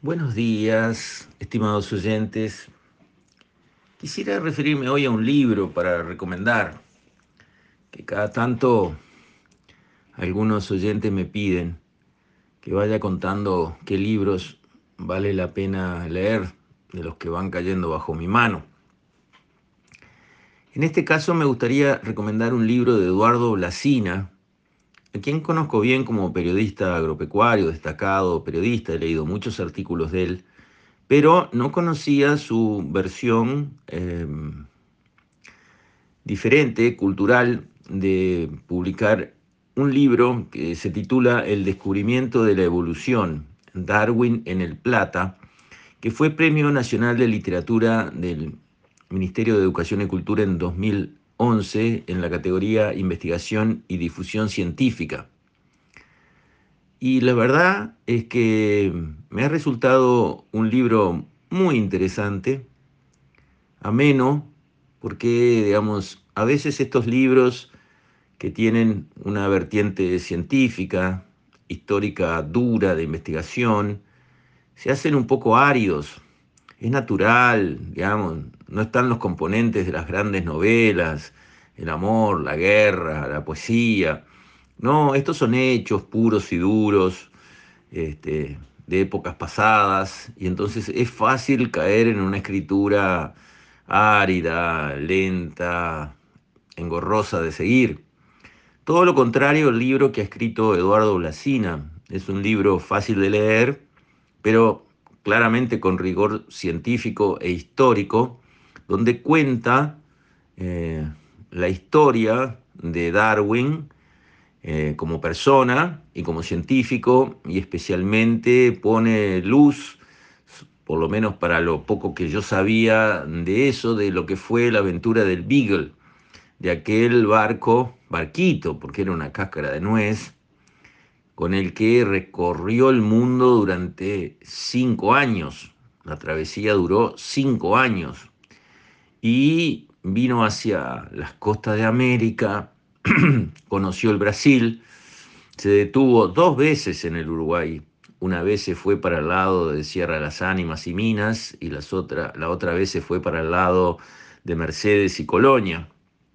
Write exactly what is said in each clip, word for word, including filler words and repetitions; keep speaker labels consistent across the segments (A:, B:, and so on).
A: Buenos días, estimados oyentes. Quisiera referirme hoy a un libro para recomendar, que cada tanto algunos oyentes me piden que vaya contando qué libros vale la pena leer de los que van cayendo bajo mi mano. En este caso me gustaría recomendar un libro de Eduardo Blasina, a quien conozco bien como periodista agropecuario, destacado periodista, he leído muchos artículos de él, pero no conocía su versión eh, diferente, cultural, de publicar un libro que se titula El descubrimiento de la evolución, Darwin en el Plata, que fue Premio Nacional de Literatura del Ministerio de Educación y Cultura en dos mil once en la categoría Investigación y Difusión Científica. Y la verdad es que me ha resultado un libro muy interesante, ameno, porque, digamos, a veces estos libros que tienen una vertiente científica, histórica dura, de investigación, se hacen un poco áridos. Es natural, digamos, no están los componentes de las grandes novelas, el amor, la guerra, la poesía. No, estos son hechos puros y duros, este, de épocas pasadas, y entonces es fácil caer en una escritura árida, lenta, engorrosa de seguir. Todo lo contrario el libro que ha escrito Eduardo Blasina. Es un libro fácil de leer, pero claramente con rigor científico e histórico, donde cuenta eh, la historia de Darwin eh, como persona y como científico, y especialmente pone luz, por lo menos para lo poco que yo sabía de eso, de lo que fue la aventura del Beagle, de aquel barco, barquito, porque era una cáscara de nuez, con el que recorrió el mundo durante cinco años. La travesía duró cinco años y vino hacia las costas de América, conoció el Brasil, se detuvo dos veces en el Uruguay. Una vez se fue para el lado de Sierra de las Ánimas y Minas, y las otra, la otra vez se fue para el lado de Mercedes y Colonia.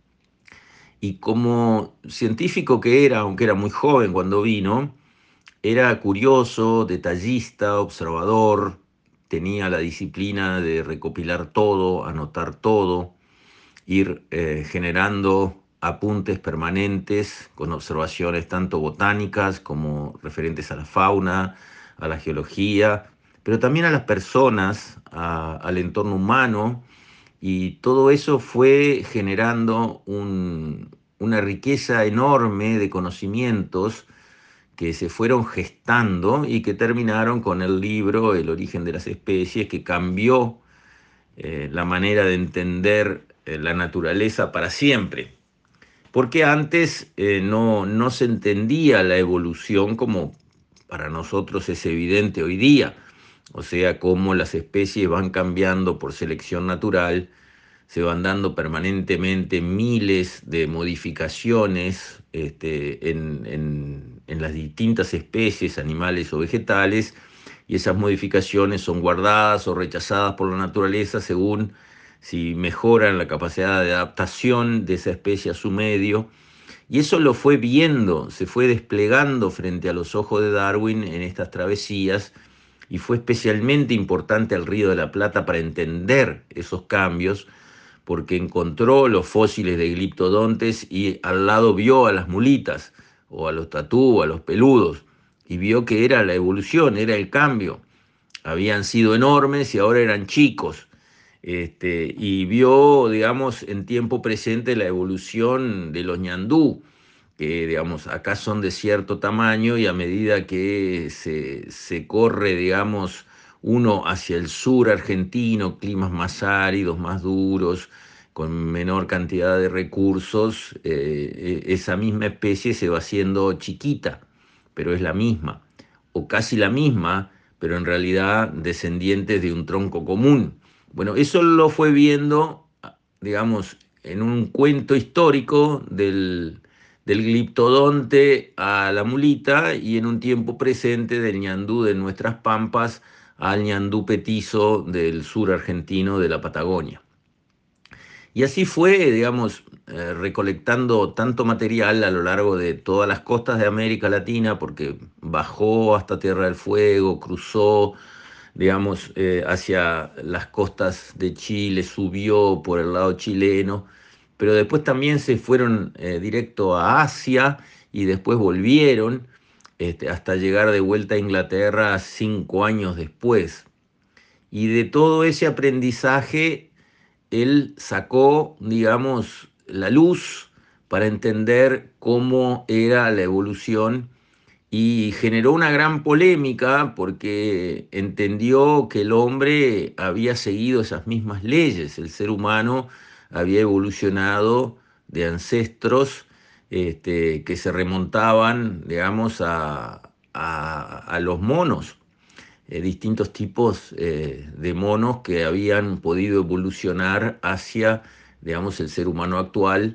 A: Y como científico que era, aunque era muy joven cuando vino, era curioso, detallista, observador, tenía la disciplina de recopilar todo, anotar todo, ir eh, generando apuntes permanentes con observaciones tanto botánicas como referentes a la fauna, a la geología, pero también a las personas, a- al entorno humano, y todo eso fue generando un- una riqueza enorme de conocimientos que se fueron gestando y que terminaron con el libro El origen de las especies, que cambió eh, la manera de entender eh, la naturaleza para siempre. Porque antes eh, no, no se entendía la evolución como para nosotros es evidente hoy día. O sea, cómo las especies van cambiando por selección natural, se van dando permanentemente miles de modificaciones este, en, en, en las distintas especies, animales o vegetales, y esas modificaciones son guardadas o rechazadas por la naturaleza según si mejoran la capacidad de adaptación de esa especie a su medio. Y eso lo fue viendo, se fue desplegando frente a los ojos de Darwin en estas travesías, y fue especialmente importante el Río de la Plata para entender esos cambios, porque encontró los fósiles de gliptodontes y al lado vio a las mulitas, o a los tatú, o a los peludos, y vio que era la evolución, era el cambio. Habían sido enormes y ahora eran chicos. Este, y vio, digamos, en tiempo presente la evolución de los ñandú, que, digamos, acá son de cierto tamaño, y a medida que se, se corre, digamos, uno hacia el sur argentino, climas más áridos, más duros, con menor cantidad de recursos, eh, esa misma especie se va haciendo chiquita, pero es la misma, o casi la misma, pero en realidad descendientes de un tronco común. Bueno, eso lo fue viendo, digamos, en un cuento histórico del, del gliptodonte a la mulita, y en un tiempo presente del ñandú de nuestras pampas al ñandú petizo del sur argentino de la Patagonia. Y así fue, digamos, eh, recolectando tanto material a lo largo de todas las costas de América Latina, porque bajó hasta Tierra del Fuego, cruzó, digamos, eh, hacia las costas de Chile, subió por el lado chileno, pero después también se fueron eh, directo a Asia y después volvieron este, hasta llegar de vuelta a Inglaterra cinco años después. Y de todo ese aprendizaje él sacó, digamos, la luz para entender cómo era la evolución y generó una gran polémica porque entendió que el hombre había seguido esas mismas leyes, el ser humano había evolucionado de ancestros este, que se remontaban, digamos, a, a, a los monos, eh, distintos tipos eh, de monos que habían podido evolucionar hacia, digamos, el ser humano actual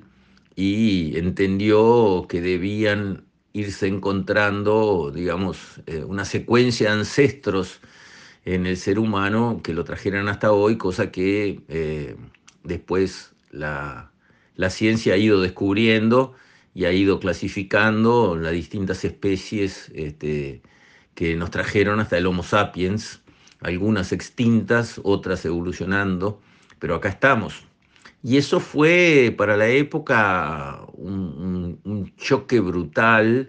A: y entendió que debían irse encontrando, digamos, eh, una secuencia de ancestros en el ser humano que lo trajeran hasta hoy, cosa que eh, después la, la ciencia ha ido descubriendo y ha ido clasificando las distintas especies este, que nos trajeron hasta el Homo sapiens, algunas extintas, otras evolucionando, pero acá estamos. Y eso fue para la época un, un- un choque brutal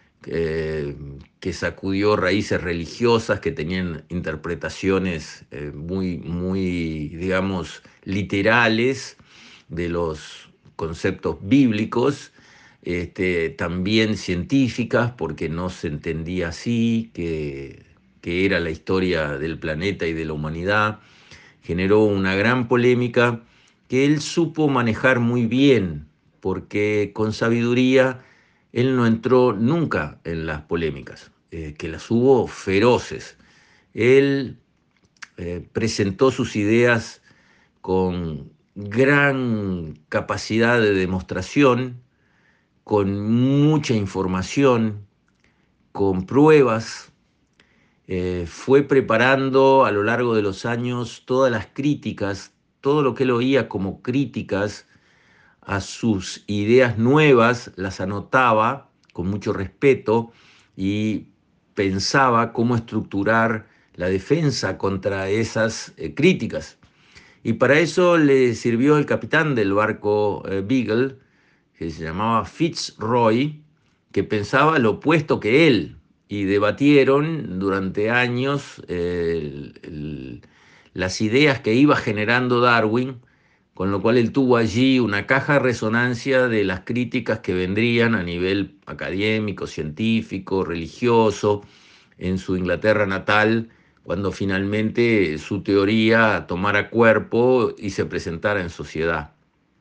A: eh, que sacudió raíces religiosas que tenían interpretaciones eh, muy, muy, digamos, literales de los conceptos bíblicos, este, también científicas, porque no se entendía así, que, que era la historia del planeta y de la humanidad. Generó una gran polémica que él supo manejar muy bien, porque con sabiduría él no entró nunca en las polémicas, eh, que las hubo feroces. Él eh, presentó sus ideas con gran capacidad de demostración, con mucha información, con pruebas. Eh, fue preparando a lo largo de los años todas las críticas, todo lo que él oía como críticas a sus ideas nuevas, las anotaba con mucho respeto y pensaba cómo estructurar la defensa contra esas eh, críticas. Y para eso le sirvió el capitán del barco eh, Beagle, que se llamaba Fitzroy, que pensaba lo opuesto que él, y debatieron durante años eh, el- el- las ideas que iba generando Darwin, con lo cual él tuvo allí una caja de resonancia de las críticas que vendrían a nivel académico, científico, religioso, en su Inglaterra natal, cuando finalmente su teoría tomara cuerpo y se presentara en sociedad.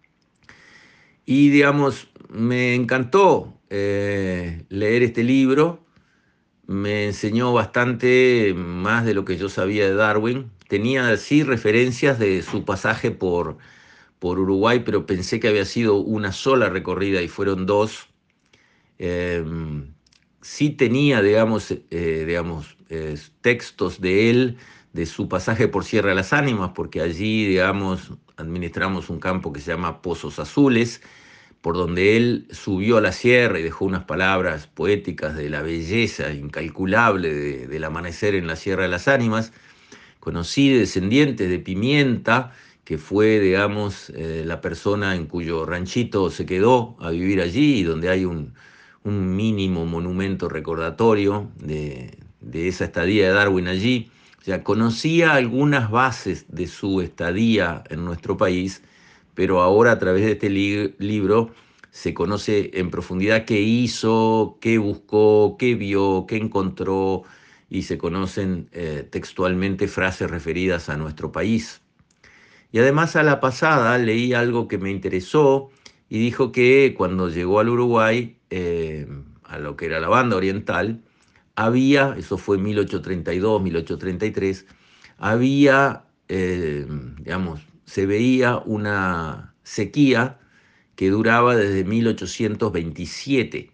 A: Y digamos, me encantó eh, leer este libro, me enseñó bastante más de lo que yo sabía de Darwin. Tenía sí referencias de su pasaje por, por Uruguay, pero pensé que había sido una sola recorrida y fueron dos. Eh, sí tenía, digamos, eh, digamos eh, textos de él, de su pasaje por Sierra de las Ánimas, porque allí, digamos, administramos un campo que se llama Pozos Azules, por donde él subió a la sierra y dejó unas palabras poéticas de la belleza incalculable de, del amanecer en la Sierra de las Ánimas. Conocí descendientes de Pimienta, que fue, digamos, eh, la persona en cuyo ranchito se quedó a vivir allí y donde hay un, un mínimo monumento recordatorio de, de esa estadía de Darwin allí. O sea, conocía algunas bases de su estadía en nuestro país, pero ahora a través de este li libro se conoce en profundidad qué hizo, qué buscó, qué vio, qué encontró, y se conocen eh, textualmente frases referidas a nuestro país. Y además a la pasada leí algo que me interesó y dijo que cuando llegó al Uruguay, eh, a lo que era la banda oriental, había, eso fue mil ochocientos treinta y dos, mil ochocientos treinta y tres, había, eh, digamos, se veía una sequía que duraba desde mil ochocientos veintisiete.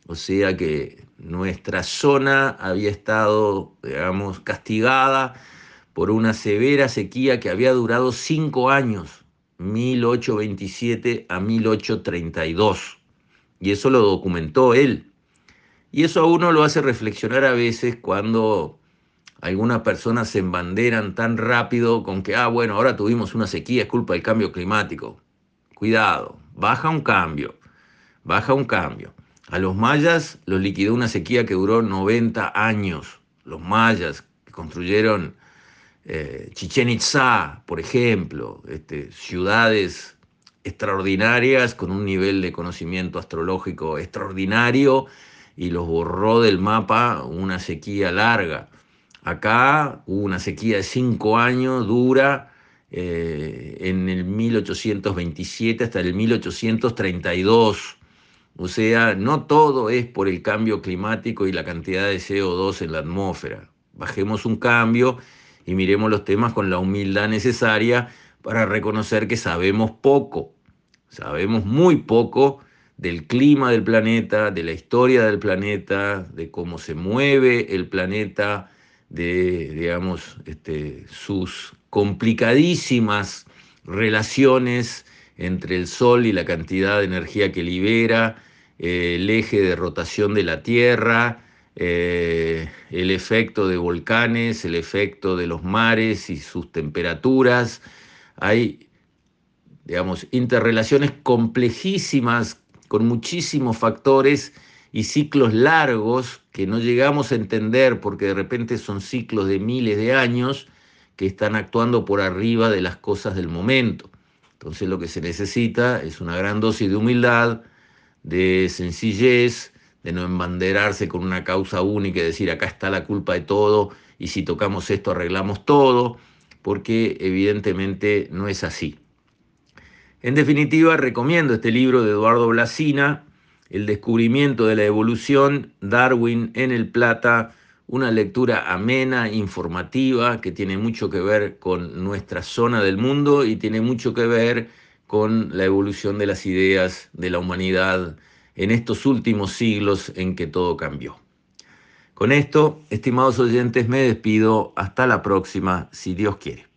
A: o sea que nuestra zona había estado, digamos, castigada por una severa sequía que había durado cinco años, mil ochocientos veintisiete a mil ochocientos treinta y dos, y eso lo documentó él. Y eso a uno lo hace reflexionar a veces cuando algunas personas se embanderan tan rápido con que, ah, bueno, ahora tuvimos una sequía, es culpa del cambio climático. Cuidado, baja un cambio, baja un cambio. A los mayas los liquidó una sequía que duró noventa años. Los mayas que construyeron eh, Chichén Itzá, por ejemplo, este, ciudades extraordinarias con un nivel de conocimiento astrológico extraordinario, y los borró del mapa una sequía larga. Acá hubo una sequía de cinco años dura, eh, en el mil ochocientos veintisiete hasta el mil ochocientos treinta y dos. O sea, no todo es por el cambio climático y la cantidad de C O dos en la atmósfera. Bajemos un cambio y miremos los temas con la humildad necesaria para reconocer que sabemos poco, sabemos muy poco del clima del planeta, de la historia del planeta, de cómo se mueve el planeta, de, digamos, este, sus complicadísimas relaciones entre el Sol y la cantidad de energía que libera, eh, el eje de rotación de la Tierra, eh, el efecto de volcanes, el efecto de los mares y sus temperaturas. Hay, digamos, interrelaciones complejísimas con muchísimos factores y ciclos largos que no llegamos a entender porque de repente son ciclos de miles de años que están actuando por arriba de las cosas del momento. Entonces lo que se necesita es una gran dosis de humildad, de sencillez, de no embanderarse con una causa única y decir acá está la culpa de todo y si tocamos esto arreglamos todo, porque evidentemente no es así. En definitiva, recomiendo este libro de Eduardo Blasina, El descubrimiento de la evolución, Darwin en el Plata, una lectura amena, informativa, que tiene mucho que ver con nuestra zona del mundo y tiene mucho que ver con la evolución de las ideas de la humanidad en estos últimos siglos en que todo cambió. Con esto, estimados oyentes, me despido. Hasta la próxima, si Dios quiere.